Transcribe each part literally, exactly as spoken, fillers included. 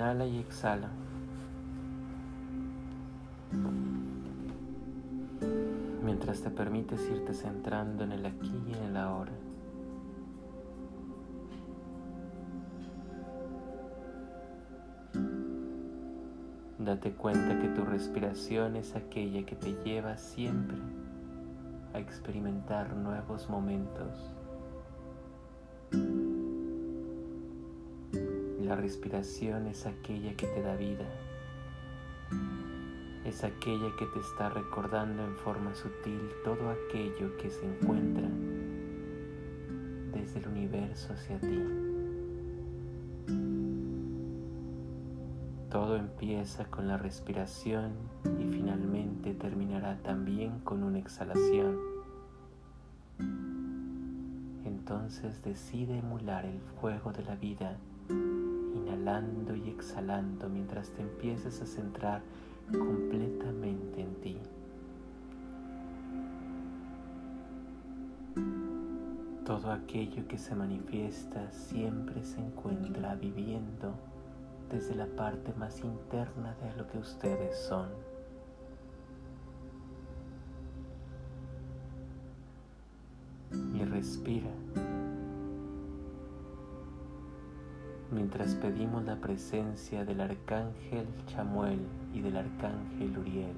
Inhala y exhala. Mientras te permites irte centrando en el aquí y en el ahora. Date cuenta que tu respiración es aquella que te lleva siempre a experimentar nuevos momentos. La respiración es aquella que te da vida. Es aquella que te está recordando en forma sutil todo aquello que se encuentra desde el universo hacia ti. Todo empieza con la respiración y finalmente terminará también con una exhalación. Entonces decide emular el fuego de la vida, inhalando y exhalando mientras te empieces a centrar completamente en ti. Todo aquello que se manifiesta siempre se encuentra viviendo desde la parte más interna de lo que ustedes son. Y respira mientras pedimos la presencia del arcángel Chamuel y del arcángel Uriel.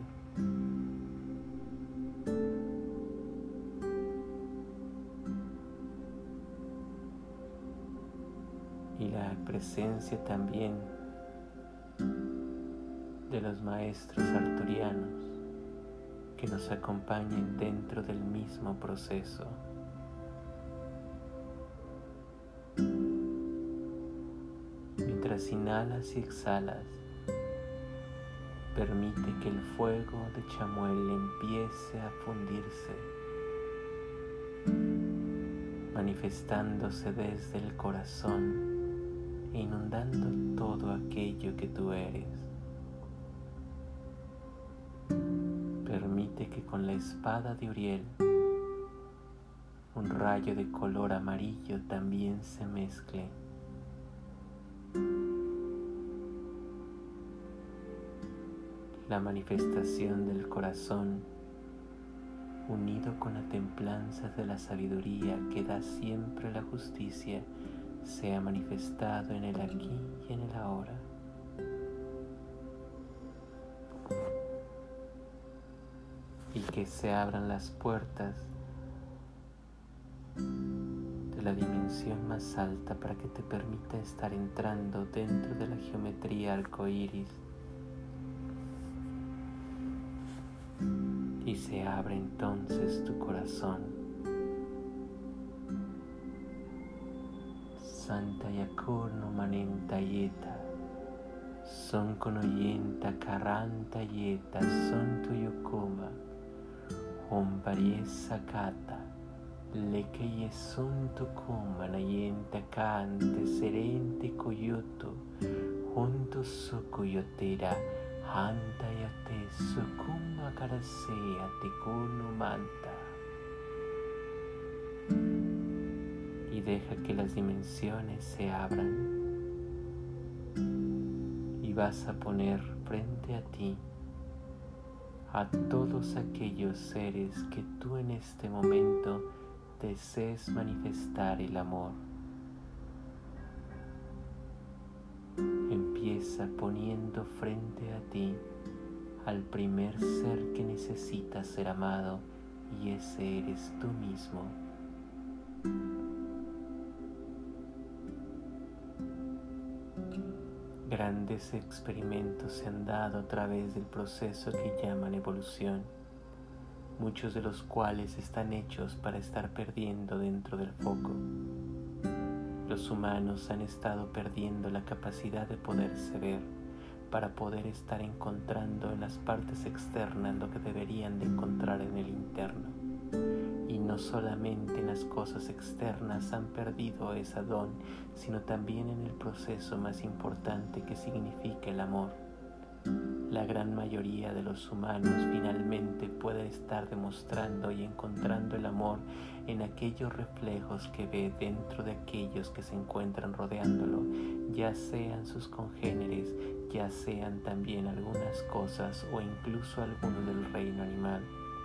Y la presencia también de los maestros arturianos que nos acompañen dentro del mismo proceso. Mientras inhalas y exhalas, permite que el fuego de Chamuel empiece a fundirse, manifestándose desde el corazón e inundando todo aquello que tú eres. Permite que con la espada de Uriel un rayo de color amarillo también se mezcle. La manifestación del corazón, unido con la templanza de la sabiduría que da siempre la justicia, sea manifestado en el aquí y en el ahora. Y que se abran las puertas de la dimensión más alta para que te permita estar entrando dentro de la geometría arcoíris. Y se abre entonces tu corazón. Santa Yakurno Manenta Yeta, Son Konoyenta Karanta Yeta, Son Tuyukuma, Hombariesa Kata, Lekeye Son Tukuma Nayenta Kante Serente Koyoto, Junto Sukuyotera, Hantayate Sukuma Karasea Tikuno Manta. Y deja que las dimensiones se abran y vas a poner frente a ti a todos aquellos seres que tú en este momento desees manifestar el amor. Empieza poniendo frente a ti al primer ser que necesita ser amado, y ese eres tú mismo. Grandes experimentos se han dado a través del proceso que llaman evolución, muchos de los cuales están hechos para estar perdiendo dentro del foco. Los humanos han estado perdiendo la capacidad de poderse ver para poder estar encontrando en las partes externas lo que deberían de encontrar en el interno. Y no solamente en las cosas externas han perdido ese don, sino también en el proceso más importante que significa el amor. La gran mayoría de los humanos finalmente pueden estar demostrando y encontrando el amor en aquellos reflejos que ve dentro de aquellos que se encuentran rodeándolo, ya sean sus congéneres, ya sean también algunas cosas o incluso algunos del reino animal.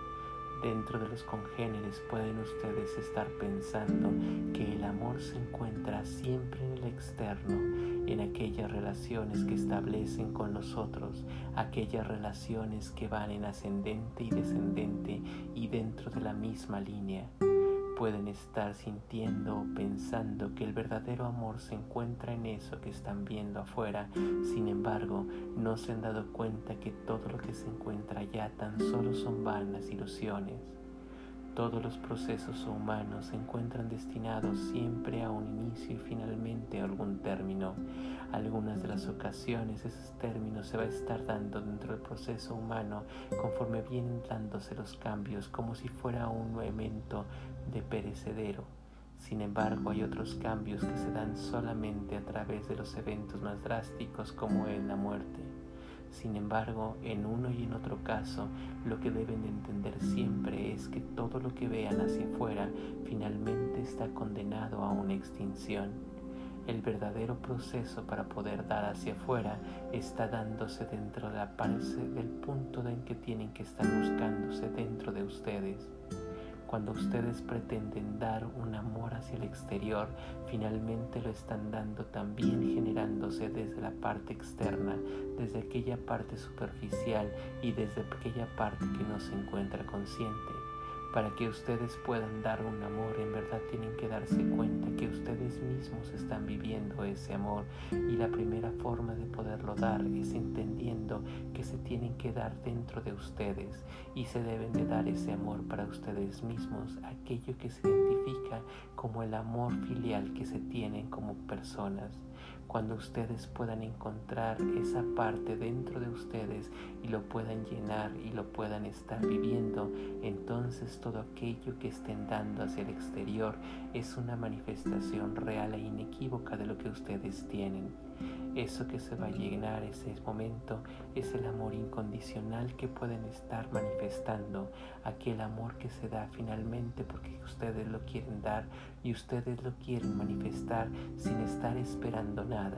Dentro de los congéneres pueden ustedes estar pensando que el amor se encuentra siempre en el externo, en aquellas relaciones que establecen con los otros, aquellas relaciones que van en ascendente y descendente y dentro de la misma línea. Pueden estar sintiendo o pensando que el verdadero amor se encuentra en eso que están viendo afuera. Sin embargo, no se han dado cuenta que todo lo que se encuentra allá tan solo son vanas ilusiones. Todos los procesos humanos se encuentran destinados siempre a un inicio y finalmente a algún término. Algunas de las ocasiones esos términos se va a estar dando dentro del proceso humano conforme vienen dándose los cambios como si fuera un evento de perecedero. Sin embargo, hay otros cambios que se dan solamente a través de los eventos más drásticos como es la muerte. Sin embargo, en uno y en otro caso, lo que deben de entender siempre es que todo lo que vean hacia afuera finalmente está condenado a una extinción. El verdadero proceso para poder dar hacia afuera está dándose dentro de la parte del punto en que tienen que estar buscándose dentro de ustedes. Cuando ustedes pretenden dar un amor hacia el exterior, finalmente lo están dando también generándose desde la parte externa, desde aquella parte superficial y desde aquella parte que no se encuentra consciente. Para que ustedes puedan dar un amor, en verdad tienen que darse cuenta que ustedes mismos están viviendo ese amor, y la primera forma de poderlo dar es entendiendo que se tienen que dar dentro de ustedes y se deben de dar ese amor para ustedes mismos, aquello que se identifica como el amor filial que se tienen como personas. Cuando ustedes puedan encontrar esa parte dentro de ustedes y lo puedan llenar y lo puedan estar viviendo, entonces todo aquello que estén dando hacia el exterior es una manifestación real e inequívoca de lo que ustedes tienen. Eso que se va a llenar ese momento es el amor incondicional que pueden estar manifestando, aquel amor que se da finalmente porque ustedes lo quieren dar y ustedes lo quieren manifestar sin estar esperando nada.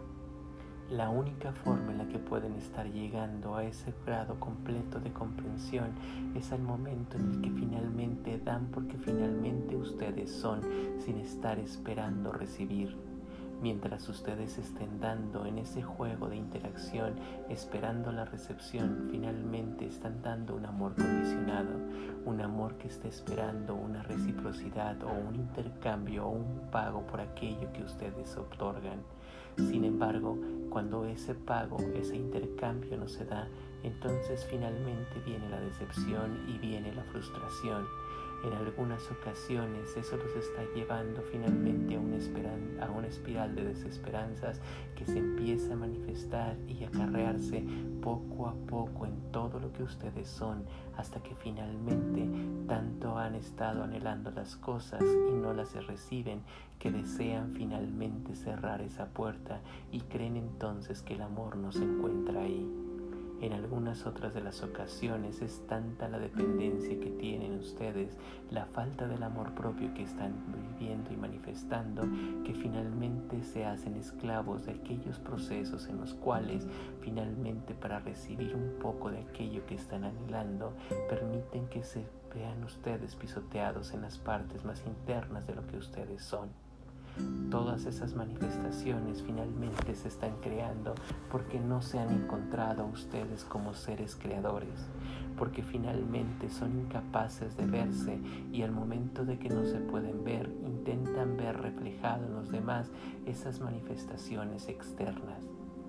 La única forma en la que pueden estar llegando a ese grado completo de comprensión es al momento en el que finalmente dan, porque finalmente ustedes son sin estar esperando recibir. Mientras ustedes estén dando en ese juego de interacción, esperando la recepción, finalmente están dando un amor condicionado, un amor que está esperando una reciprocidad o un intercambio o un pago por aquello que ustedes otorgan. Sin embargo, cuando ese pago, ese intercambio no se da, entonces finalmente viene la decepción y viene la frustración. En algunas ocasiones eso los está llevando finalmente a una, esperan- a una espiral de desesperanzas que se empieza a manifestar y a acarrearse poco a poco en todo lo que ustedes son, hasta que finalmente tanto han estado anhelando las cosas y no las reciben, que desean finalmente cerrar esa puerta y creen entonces que el amor no se encuentra ahí. En algunas otras de las ocasiones es tanta la dependencia que tienen ustedes, la falta del amor propio que están viviendo y manifestando, que finalmente se hacen esclavos de aquellos procesos en los cuales finalmente, para recibir un poco de aquello que están anhelando, permiten que se vean ustedes pisoteados en las partes más internas de lo que ustedes son. Todas esas manifestaciones finalmente se están creando porque no se han encontrado a ustedes como seres creadores, porque finalmente son incapaces de verse y al momento de que no se pueden ver, intentan ver reflejado en los demás esas manifestaciones externas.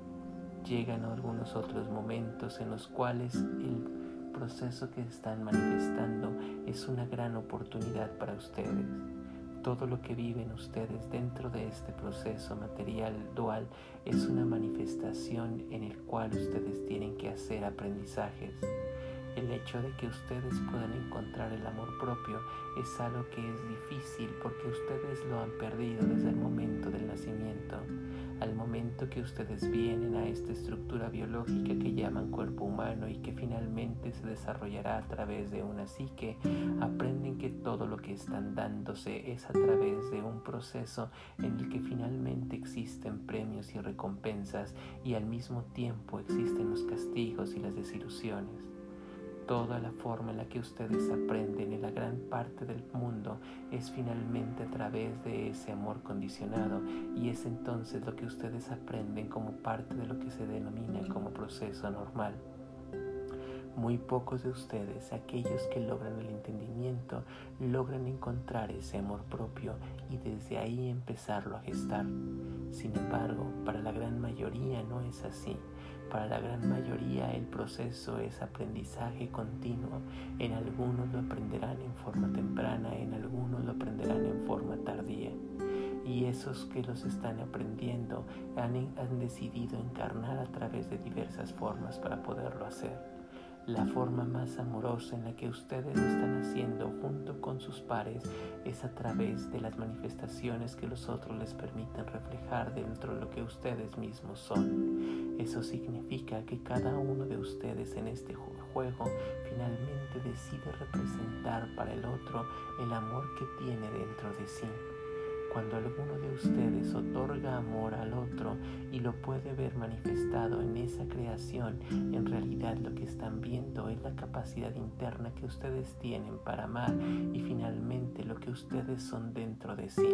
Llegan algunos otros momentos en los cuales el proceso que están manifestando es una gran oportunidad para ustedes. Todo lo que viven ustedes dentro de este proceso material dual es una manifestación en el cual ustedes tienen que hacer aprendizajes. El hecho de que ustedes puedan encontrar el amor propio es algo que es difícil porque ustedes lo han perdido desde el momento del nacimiento. Al momento que ustedes vienen a esta estructura biológica que llaman cuerpo humano y que finalmente se desarrollará a través de una psique, aprenden que todo lo que están dándose es a través de un proceso en el que finalmente existen premios y recompensas y al mismo tiempo existen los castigos y las desilusiones. Toda la forma en la que ustedes aprenden en la gran parte del mundo es finalmente a través de ese amor condicionado, y es entonces lo que ustedes aprenden como parte de lo que se denomina como proceso normal. Muy pocos de ustedes, aquellos que logran el entendimiento, logran encontrar ese amor propio y desde ahí empezarlo a gestar. Sin embargo, para la gran mayoría no es así. Para la gran mayoría el proceso es aprendizaje continuo. En algunos lo aprenderán en forma temprana, en algunos lo aprenderán en forma tardía. Y esos que los están aprendiendo han, han decidido encarnar a través de diversas formas para poderlo hacer. La forma más amorosa en la que ustedes lo están haciendo junto con sus pares es a través de las manifestaciones que los otros les permiten reflejar dentro de lo que ustedes mismos son. Eso significa que cada uno de ustedes en este juego finalmente decide representar para el otro el amor que tiene dentro de sí. Cuando alguno de ustedes otorga amor al otro y lo puede ver manifestado en esa creación, en realidad lo que están viendo es la capacidad interna que ustedes tienen para amar y finalmente lo que ustedes son dentro de sí.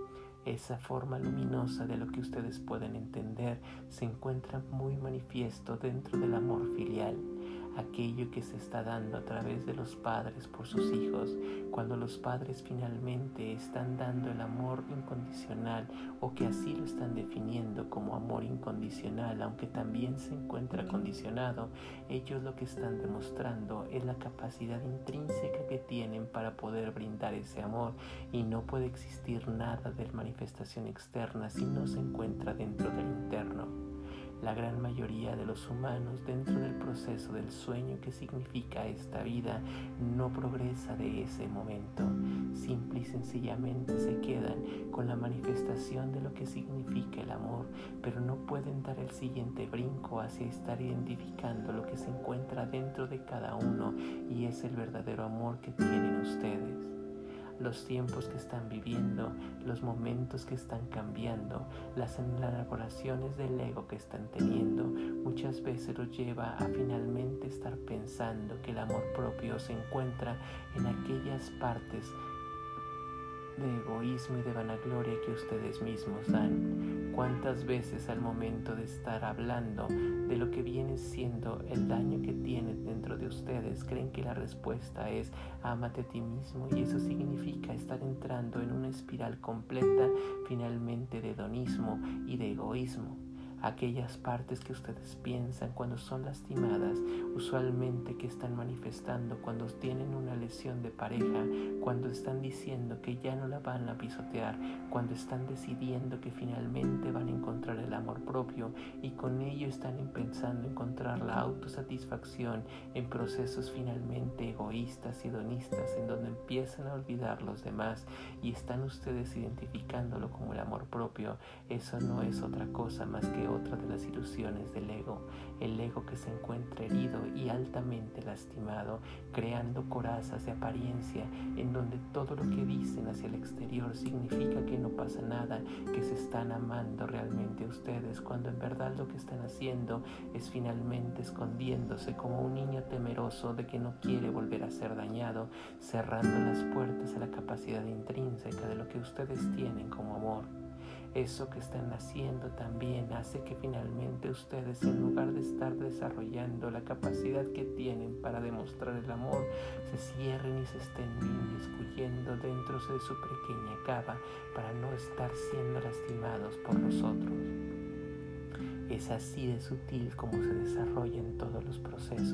Esa forma luminosa de lo que ustedes pueden entender se encuentra muy manifiesto dentro del amor filial, aquello que se está dando a través de los padres por sus hijos, cuando los padres finalmente están dando el amor incondicional, o que así lo están definiendo como amor incondicional, aunque también se encuentra condicionado. Ellos lo que están demostrando es la capacidad intrínseca que tienen para poder brindar ese amor, y no puede existir nada de manifestación externa si no se encuentra dentro del interno. La gran mayoría de los humanos dentro del proceso del sueño que significa esta vida no progresa de ese momento. Simple y sencillamente se quedan con la manifestación de lo que significa el amor, pero no pueden dar el siguiente brinco hacia estar identificando lo que se encuentra dentro de cada uno, y es el verdadero amor que tienen ustedes. Los tiempos que están viviendo, los momentos que están cambiando, las elaboraciones del ego que están teniendo, muchas veces los lleva a finalmente estar pensando que el amor propio se encuentra en aquellas partes de egoísmo y de vanagloria que ustedes mismos dan. ¿Cuántas veces al momento de estar hablando de lo que viene siendo el daño que tienen dentro de ustedes, creen que la respuesta es ámate a ti mismo, y eso significa estar entrando en una espiral completa finalmente de hedonismo y de egoísmo? Aquellas partes que ustedes piensan cuando son lastimadas, usualmente que están manifestando cuando tienen una lesión de pareja, cuando están diciendo que ya no la van a pisotear, cuando están decidiendo que finalmente van a encontrar el amor propio, y con ello están pensando encontrar la autosatisfacción en procesos finalmente egoístas y hedonistas, en donde empiezan a olvidar los demás y están ustedes identificándolo como el amor propio. Eso no es otra cosa más que otra de las ilusiones del ego, el ego que se encuentra herido y altamente lastimado, creando corazas de apariencia en donde todo lo que dicen hacia el exterior significa que no pasa nada, que se están amando realmente a ustedes, cuando en verdad lo que están haciendo es finalmente escondiéndose como un niño temeroso de que no quiere volver a ser dañado, cerrando las puertas a la capacidad intrínseca de lo que ustedes tienen como amor. Eso que están haciendo también hace que finalmente ustedes, en lugar de estar desarrollando la capacidad que tienen para demostrar el amor, se cierren y se estén inmiscuyendo dentro de su pequeña cava para no estar siendo lastimados por los otros. Es así de sutil como se desarrollan todos los procesos.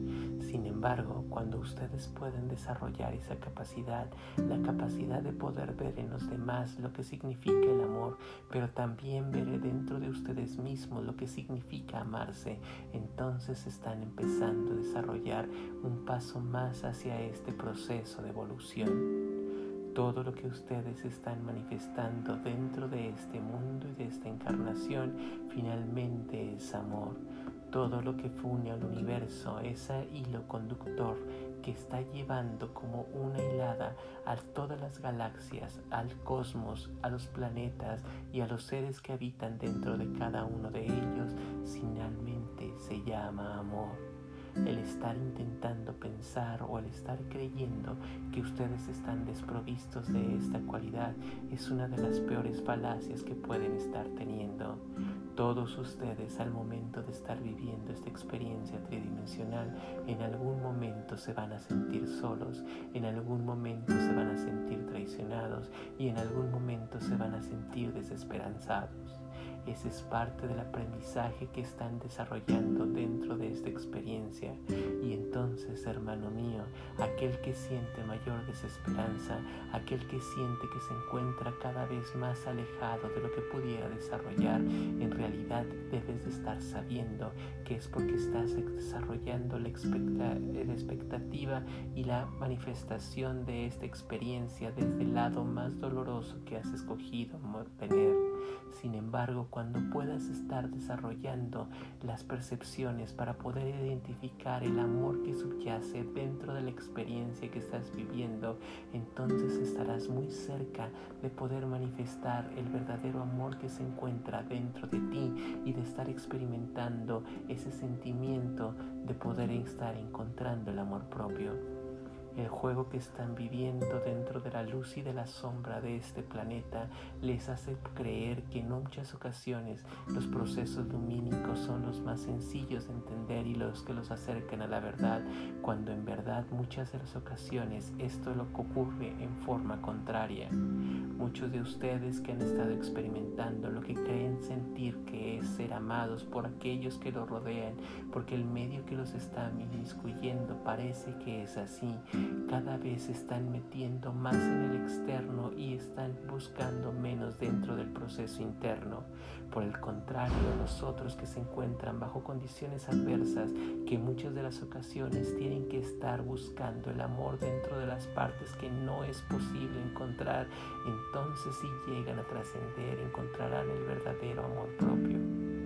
Sin embargo, cuando ustedes pueden desarrollar esa capacidad, la capacidad de poder ver en los demás lo que significa el amor, pero también ver dentro de ustedes mismos lo que significa amarse, entonces están empezando a desarrollar un paso más hacia este proceso de evolución. Todo lo que ustedes están manifestando dentro de este mundo y de esta encarnación finalmente es amor. Todo lo que une al universo, ese hilo conductor que está llevando como una hilada a todas las galaxias, al cosmos, a los planetas y a los seres que habitan dentro de cada uno de ellos, finalmente se llama amor. El estar intentando pensar o el estar creyendo que ustedes están desprovistos de esta cualidad es una de las peores falacias que pueden estar teniendo. Todos ustedes, al momento de estar viviendo esta experiencia tridimensional, en algún momento se van a sentir solos, en algún momento se van a sentir traicionados y en algún momento se van a sentir desesperanzados. Ese es parte del aprendizaje que están desarrollando dentro de esta experiencia. Y entonces, hermano mío, aquel que siente mayor desesperanza, aquel que siente que se encuentra cada vez más alejado de lo que pudiera desarrollar, en realidad debes de estar sabiendo que es porque estás desarrollando la, expecta- la expectativa y la manifestación de esta experiencia desde el lado más doloroso que has escogido tener. Sin embargo, cuando puedas estar desarrollando las percepciones para poder identificar el amor que subyace dentro de la experiencia que estás viviendo, entonces estarás muy cerca de poder manifestar el verdadero amor que se encuentra dentro de ti y de estar experimentando ese sentimiento de poder estar encontrando el amor propio. El juego que están viviendo dentro de la luz y de la sombra de este planeta les hace creer que en muchas ocasiones los procesos lumínicos son los más sencillos de entender y los que los acercan a la verdad, cuando en verdad muchas de las ocasiones esto es lo que ocurre en forma contraria. Muchos de ustedes que han estado experimentando lo que creen sentir que es ser amados por aquellos que los rodean, porque el medio que los está inmiscuyendo parece que es así, cada vez se están metiendo más en el externo y están buscando menos dentro del proceso interno. Por el contrario, nosotros que se encuentran bajo condiciones adversas, que muchas de las ocasiones tienen que estar buscando el amor dentro de las partes que no es posible encontrar, entonces si llegan a trascender encontrarán el verdadero amor propio.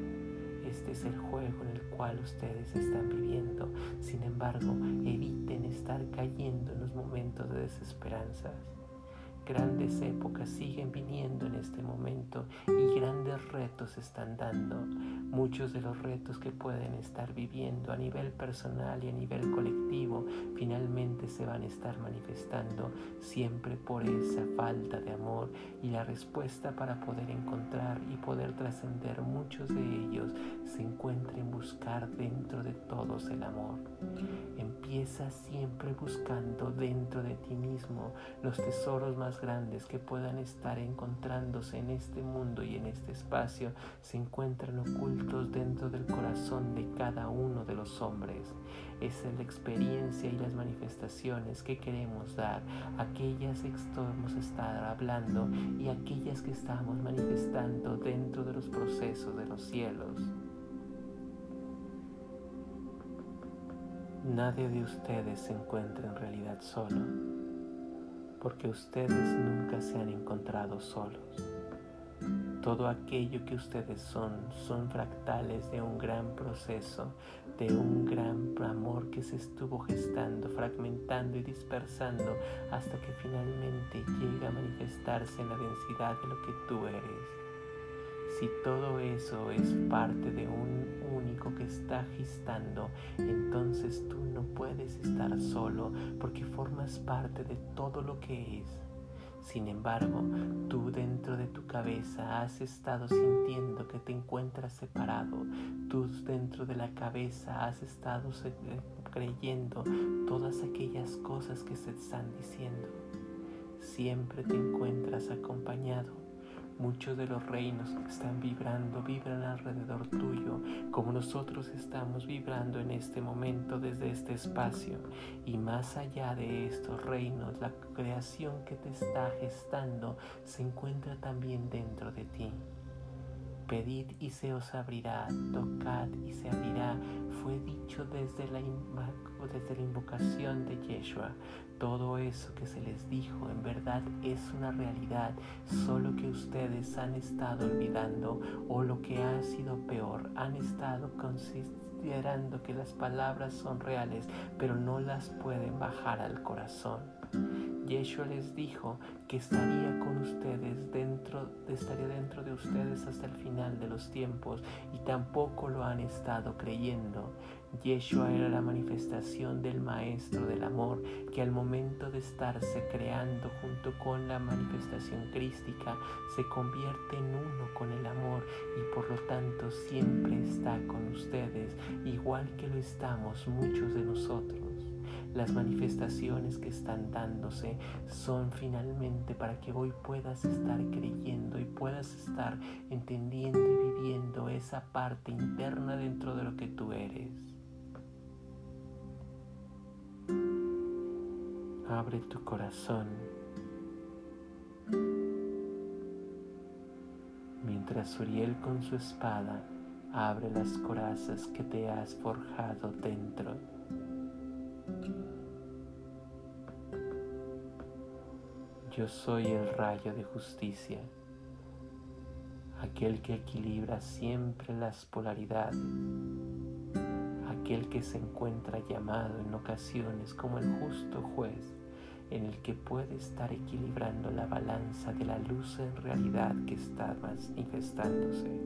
Este es el juego en el cual ustedes están viviendo. Sin embargo, eviten estar cayendo en los momentos de desesperanza. Grandes épocas siguen viniendo en este momento y grandes retos se están dando. Muchos de los retos que pueden estar viviendo a nivel personal y a nivel colectivo finalmente se van a estar manifestando siempre por esa falta de amor, y la respuesta para poder encontrar y poder trascender muchos de ellos se encuentra en buscar dentro de todos el amor. Empieza siempre buscando dentro de ti mismo los tesoros más grandes que puedan estar encontrándose en este mundo y en este espacio. Se encuentran ocultos dentro del corazón de cada uno de los hombres. Esa es la experiencia y las manifestaciones que queremos dar, aquellas que estamos estar hablando y aquellas que estamos manifestando dentro de los procesos de los cielos. Nadie de ustedes se encuentra en realidad solo, porque ustedes nunca se han encontrado solos. Todo aquello que ustedes son, son fractales de un gran proceso, de un gran amor que se estuvo gestando, fragmentando y dispersando hasta que finalmente llega a manifestarse en la densidad de lo que tú eres. Si todo eso es parte de un único que está gestando, entonces tú no puedes estar solo porque formas parte de todo lo que es. Sin embargo, tú dentro de tu cabeza has estado sintiendo que te encuentras separado. Tú dentro de la cabeza has estado creyendo todas aquellas cosas que se están diciendo. Siempre te encuentras acompañado. Muchos de los reinos que están vibrando, vibran alrededor tuyo, como nosotros estamos vibrando en este momento desde este espacio. Y más allá de estos reinos, la creación que te está gestando se encuentra también dentro de ti. Pedid y se os abrirá, tocad y se abrirá, fue dicho desde la, desde la invocación de Yeshua. Todo eso que se les dijo en verdad es una realidad, solo que ustedes han estado olvidando, o lo que ha sido peor, han estado considerando que las palabras son reales, pero no las pueden bajar al corazón. Yeshua les dijo que estaría con ustedes dentro, estaría dentro de ustedes hasta el final de los tiempos, y tampoco lo han estado creyendo. Yeshua era la manifestación del Maestro del Amor, que al momento de estarse creando junto con la manifestación crística, se convierte en uno con el amor y por lo tanto siempre está con ustedes, igual que lo estamos muchos de nosotros. Las manifestaciones que están dándose son finalmente para que hoy puedas estar creyendo y puedas estar entendiendo y viviendo esa parte interna dentro de lo que tú eres. Abre tu corazón mientras Uriel con su espada abre las corazas que te has forjado dentro. Yo soy el rayo de justicia, aquel que equilibra siempre las polaridades, aquel que se encuentra llamado en ocasiones como el justo juez, en el que puede estar equilibrando la balanza de la luz en realidad que está manifestándose.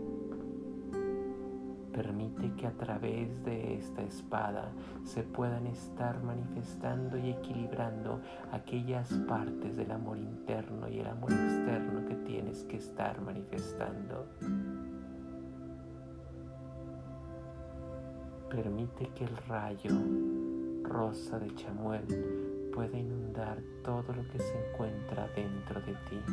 Permite que a través de esta espada se puedan estar manifestando y equilibrando aquellas partes del amor interno y el amor externo que tienes que estar manifestando. Permite que el rayo rosa de Chamuel pueda inundar todo lo que se encuentra dentro de ti.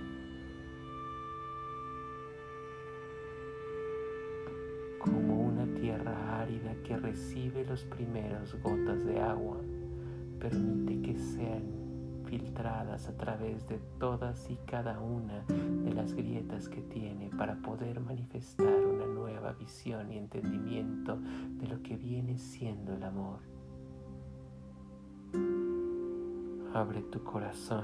Como una tierra árida que recibe los primeros gotas de agua, permite que sean filtradas a través de todas y cada una de las grietas que tiene para poder manifestar una nueva visión y entendimiento de lo que viene siendo el amor. Abre tu corazón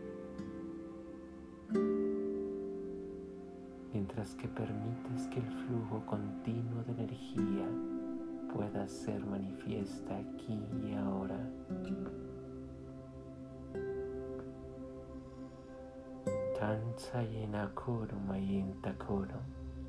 mientras que permites que el flujo continuo de energía pueda ser manifiesta aquí y ahora. Tanza yena koro mayenta koro,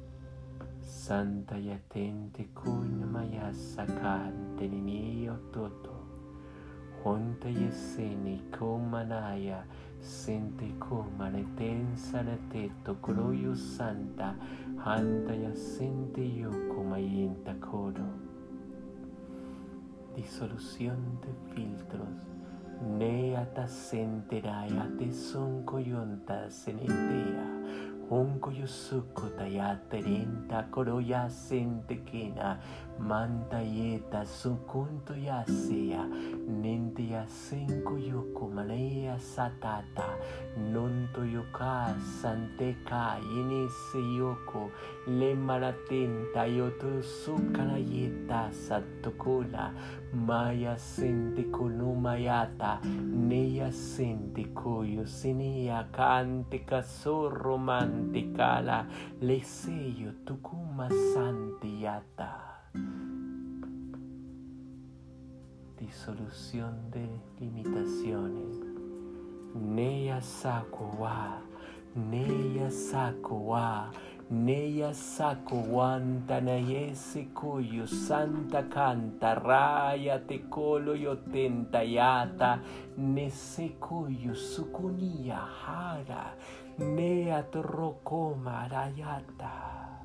santa yatente kun maya sakante niniyo toto, honta yesene komanaya, sente komane tensa neteto kroyo santa, hanta yasente yoko mayenta koro. Disolución de filtros. Neata senteraya te son coyonta senetea, un coyosuco tayata renta coroya sentequena, manta yeta sucunto ya sea, nente ya senco yoko manea satata, nonto yoka santeka yenese yoko, le maratenta yoto sukana yeta satokola, maya sente konumayata, neya sente koyo sinea cante caso romanticala, le sello tukuma santiyata. Disolución de limitaciones. Neya sako wa, neya sako wa, neya sako wanta nayese koyo santa canta raya te kolo yo tentayata, nese koyo sukunia hara, nea torrokoma rayata.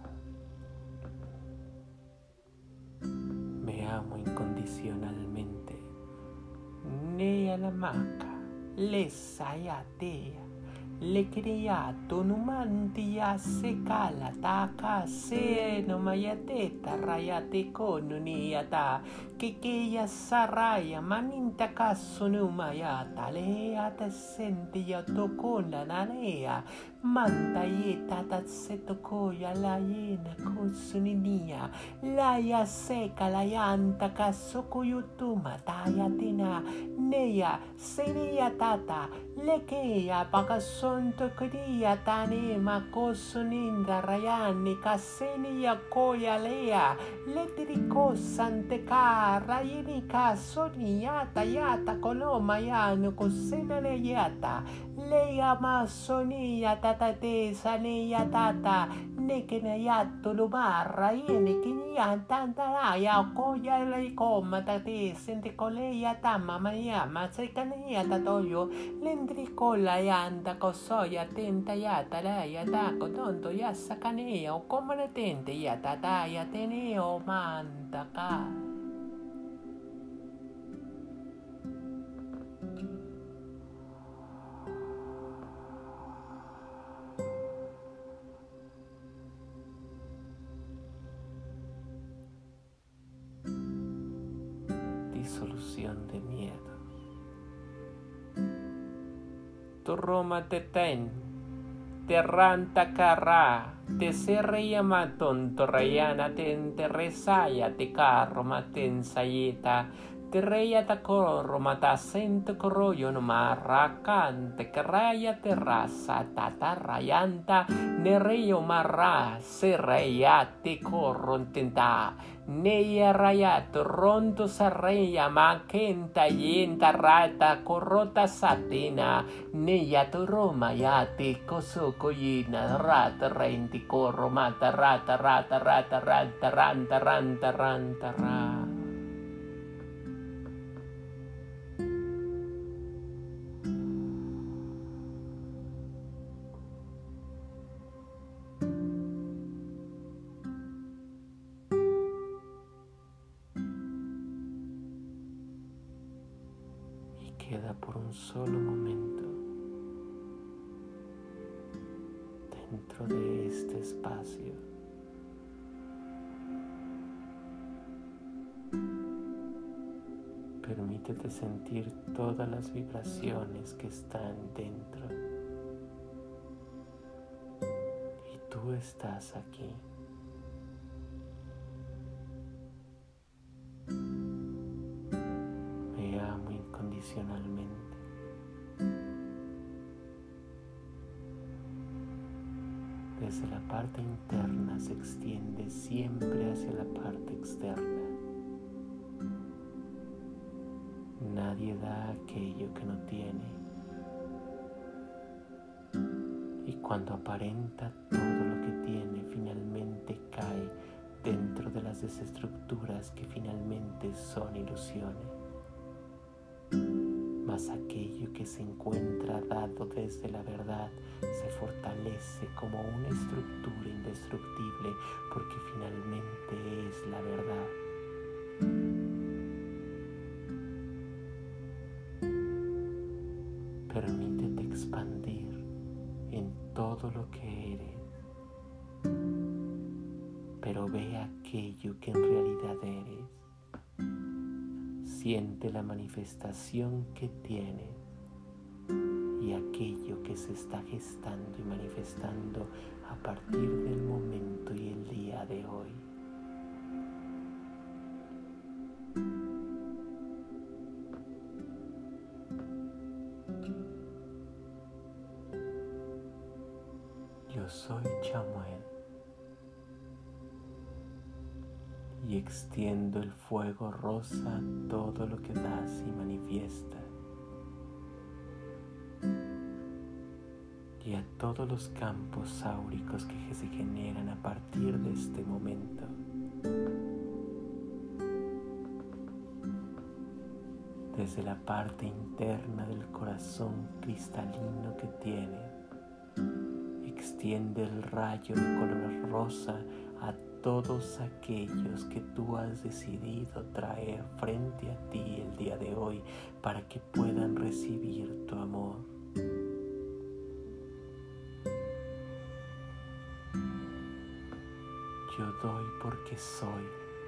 Me amo incondicionalmente. Nea la maca, le sayatea, le criato numantia secala taka se no mayateta rayate konuniata kekeya saraya maninta kaso numayata leata sentia tokona nalea manta yeta tatseto koya la yena kosuninia laya seka la yanta kaso koyutuma taya tina neya seria tata lekeya pakasonto kriya tani makosuninda rayani kasenia koya lea letriko santeka rayinika soniata yata koloma yano kosena leyata leya masonia tata te sania tata nekena yato lumarra yene kinia tanta ya koya le koma tate sente koleya tama maya masekania tatoyo lendrikola yanda kosoya tenta yata la yata kotonto ya sakanea o como le tente yata ta ya teneo manta ka. Disolución de miedo. Tu Roma te ten, te ranta carra, te serria maton, torrayana ten te resaya, te carro maten sayeta, te reya ta corro mata sento corroyo no marracan, te carraya te rasa, tata rayanta, ne reyo marra, se reya te corro tenta. Neya rayato ronto sarreya makenta yenta rata corrota satina neya to roma yate koso koyina rata renti corro mata rata rata rata rata ranta ranta ranta ra. Queda por un solo momento dentro de este espacio. Permítete sentir todas las vibraciones que están dentro. Y tú estás aquí. Incondicionalmente. Desde la parte interna se extiende siempre hacia la parte externa. Nadie da aquello que no tiene. Y cuando aparenta todo lo que tiene, finalmente cae dentro de las desestructuras que finalmente son ilusiones. Mas aquello que se encuentra dado desde la verdad se fortalece como una estructura indestructible porque finalmente es la verdad. Permítete expandir en todo lo que eres, pero ve aquello que en realidad eres. Siente la manifestación que tienes y aquello que se está gestando y manifestando a partir del momento y el día de hoy. Yo soy Chamuel. Y extiendo el fuego rosa a todo lo que das y manifiesta. Y a todos los campos áuricos que se generan a partir de este momento. Desde la parte interna del corazón cristalino que tienes, extiende el rayo de color rosa a todos aquellos que tú has decidido traer frente a ti el día de hoy para que puedan recibir tu amor. Yo doy porque soy.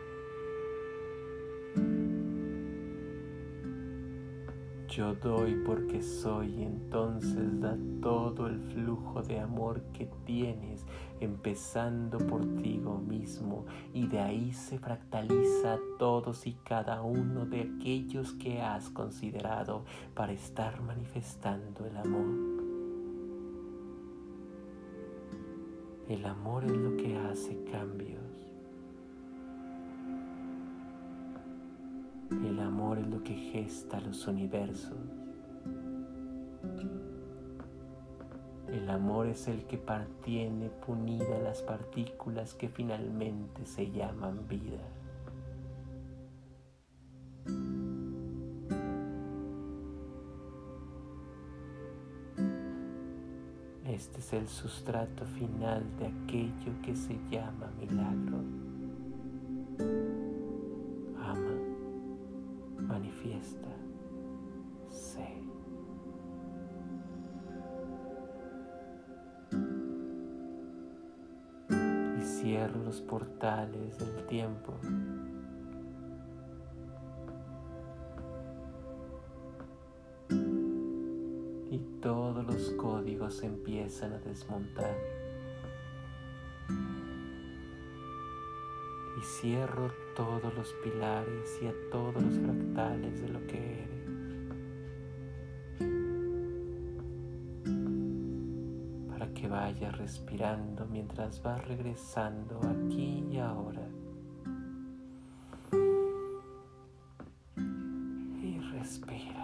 Yo doy porque soy, y entonces da todo el flujo de amor que tienes, empezando por ti mismo, y de ahí se fractaliza a todos y cada uno de aquellos que has considerado para estar manifestando el amor. El amor es lo que hace cambios. El amor es lo que gesta los universos. El amor es el que mantiene unidas las partículas que finalmente se llaman vida. Este es el sustrato final de aquello que se llama milagro. Ama, manifiesta, sé. Y cierro los portales del tiempo. Y todos los códigos se empiezan a desmontar. Y cierro todos los pilares y a todos los fractales de lo que eres. Para que vayas respirando mientras vas regresando aquí y ahora. Y respira.